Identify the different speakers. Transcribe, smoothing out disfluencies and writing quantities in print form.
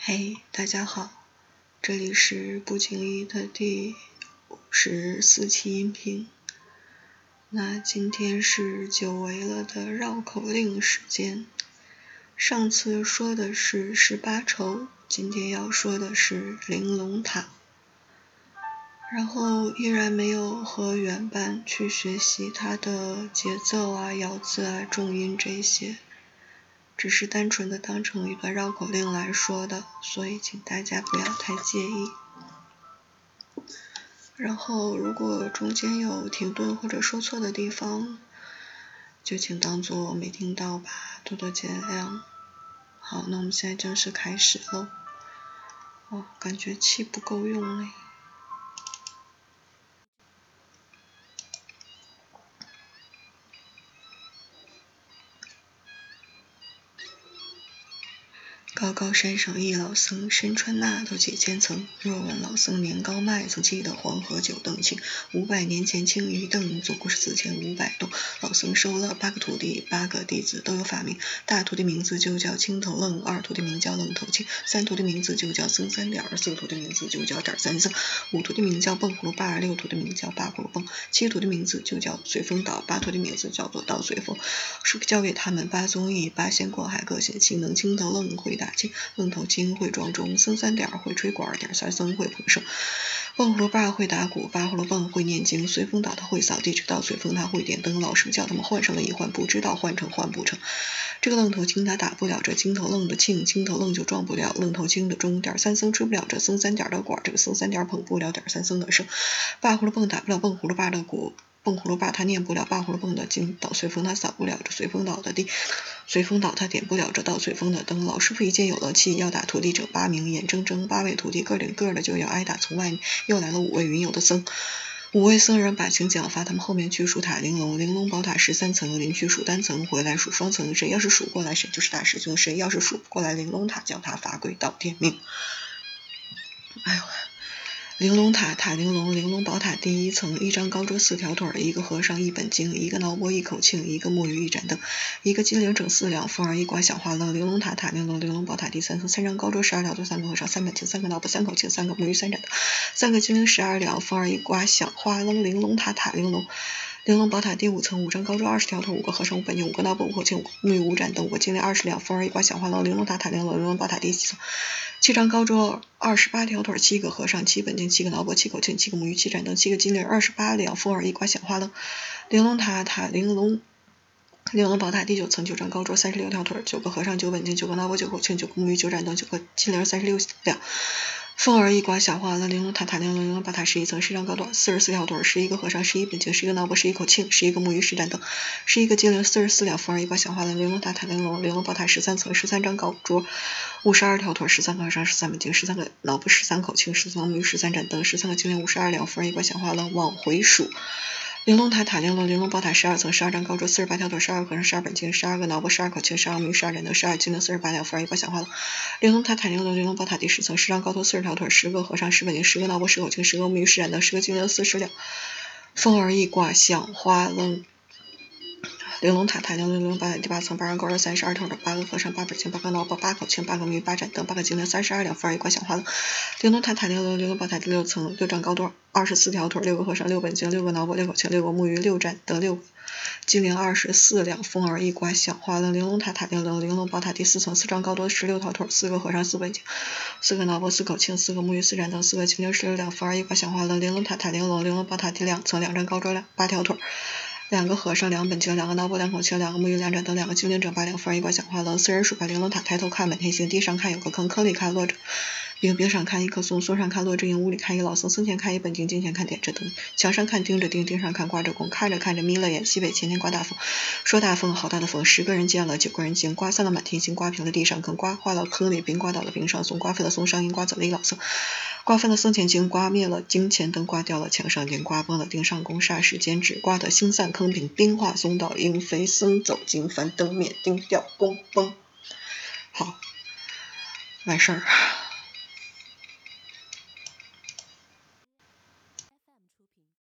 Speaker 1: 嘿，大家好，这里是不经意的第54期音频。那今天是久违了的绕口令时间。上次说的是18愁，今天要说的是玲珑塔。然后依然没有和原版去学习它的节奏啊、咬字啊、重音这些。只是单纯的当成一段绕口令来说的，所以请大家不要太介意。然后如果中间有停顿或者说错的地方，就请当作没听到吧，多多见谅。好，那我们现在正式开始喽。感觉气不够用嘞。高高山上一老僧，身穿那头几千层。若问老僧年高迈，曾记得黄河九邓青。500年前青鱼邓，做故事4500洞。老僧收了8个徒弟，8个弟子都有法名。大徒弟名字就叫青头愣，2徒弟名叫愣头青，3徒弟名字就叫僧三点，4徒弟名字就叫点三僧，5徒弟名叫蹦葫芦把，6徒弟名叫把葫芦蹦，7徒弟名字就叫随风倒，8徒弟名字叫做倒随风。书教给他们8宗义，8仙过海各显其能。青头愣会打青，愣头青会撞钟，僧三点会吹管，点三僧会捧声，蹦葫芦把会打鼓，把葫芦蹦会念经，随风倒他会扫地，直到随风他会点灯。老师叫他们换上了一换，不知道换成换不成。这个愣头青他打不了这青头愣的磬，青头愣就撞不了愣头青的钟，点三僧吹不了这僧三点的管，这个僧三点捧不了点三僧的声，把葫芦蹦打不了蹦葫芦把的鼓，蹦葫芦把他念不了把葫芦蹦的经，倒随风他扫不了这随风倒的地，随风倒他点不了这倒随风的灯。老师傅一见有了气，要打徒弟整8名，眼睁睁8位徒弟个顶个的就要挨打。从外面又来了5位云游的僧，5位僧人把情讲发他们后面去数塔玲珑，玲珑宝塔13层，邻去数单层，回来数双层，谁要是数过来谁就是大师兄，谁要是数不过来玲珑塔叫他罚跪到天明。玲珑塔，塔玲珑，玲珑宝塔第1层，一张高桌4条腿，一个和尚1本经，一个挠钵1口磬，一个木鱼1盏灯，一个金铃整4两，风儿1刮响花楞。玲珑塔，塔玲珑，玲珑宝塔第3层，3张高桌12条腿，3个和尚3本经，3个挠钵3口磬，3个木鱼3盏灯，3个金铃12两，风儿1刮响花楞。玲珑塔，塔玲珑。玲珑宝塔第5层，5张高桌20条腿，5个和尚5本经，5个挠钵5口磬，5个木鱼5盏灯，5个金铃20两，风儿1刮响花楞。玲珑塔，塔玲珑，玲珑宝塔第4层，7张高桌28条腿，7个和尚7本经，7个挠钵7口磬，7个木鱼7盏灯，7个金铃28两，风儿1刮响花楞。玲珑塔，塔玲珑。玲珑宝塔第9层，9张高桌36条腿，9个和尚9本经，9个挠钵9口磬，9个木鱼9盏灯，9个金铃36两，风儿1刮响花楞。玲珑塔，塔玲珑，玲珑宝塔11层，10张高桌44条腿，11个和尚11本经，11个挠钵11口磬，11个木鱼10盏灯，11个金铃44两，风儿1刮响花楞。玲珑塔，塔玲珑，玲珑宝塔13层，13张高桌52条腿，13个和尚13本经，13个挠钵13口磬，13个木鱼13盏灯，13个金铃52两，风儿1刮响花楞。往回数。玲珑塔，塔玲珑，玲珑宝塔12层，12张高桌48条腿，12个和尚12本经，12个挠钵12口磬，12个木鱼12盏灯，12金铃48两，风儿1刮响花楞。玲珑塔，塔玲珑，玲珑宝塔第10层，10张高桌40条腿，10个和尚10本经，10个挠钵10口磬，10个木鱼10盏灯，10个金铃40两，风儿1刮响花楞。玲珑塔，塔玲珑，玲珑宝塔第8层，8张高桌32条腿，8个和尚8本经，8个挠钵8口磬，8个木鱼8盏灯，8个金铃32两，风儿1刮响花楞。玲珑塔，塔玲珑，玲珑宝塔第6层，6张高桌24条腿，6个和尚6本经，6个挠钵6口磬，6个木鱼6盏灯，6个金铃24两，风儿1刮响花楞。玲珑塔，塔玲珑，玲珑宝塔第4层，4张高桌16条腿，4个和尚4本经，4个挠钵4口磬，4个木鱼4盏灯，4个金铃16两，风儿1刮响花楞。玲珑塔，塔玲珑，玲珑宝塔第2层，2张高桌8条腿，2个和尚2本经，2个挠钵2口磬，2个木鱼2盏灯，2个金铃整8两，风儿1刮响花楞。4人数把玲珑塔，抬头看满天星，地上看有个坑，坑里看落着冰，冰上看一棵松，松上看落着影，屋里看一老僧，僧前看一本经，经前看点着灯，墙上看钉着钉，钉上看挂着弓，看着看着眯了眼。西北前天刮大风，说大风好大的风，10个人见了9个人惊，刮散了满天星，刮平了地上坑，刮坏了坑里冰，刮倒了冰上松，刮飞了松上阴，刮走了一老僧，刮翻了僧前经，刮灭了经前灯，刮掉了墙上钉，刮崩了钉上弓，霎时间只刮得星散坑平，冰化松倒鹰飞，僧走经翻灯灭钉掉弓崩。好，完事儿。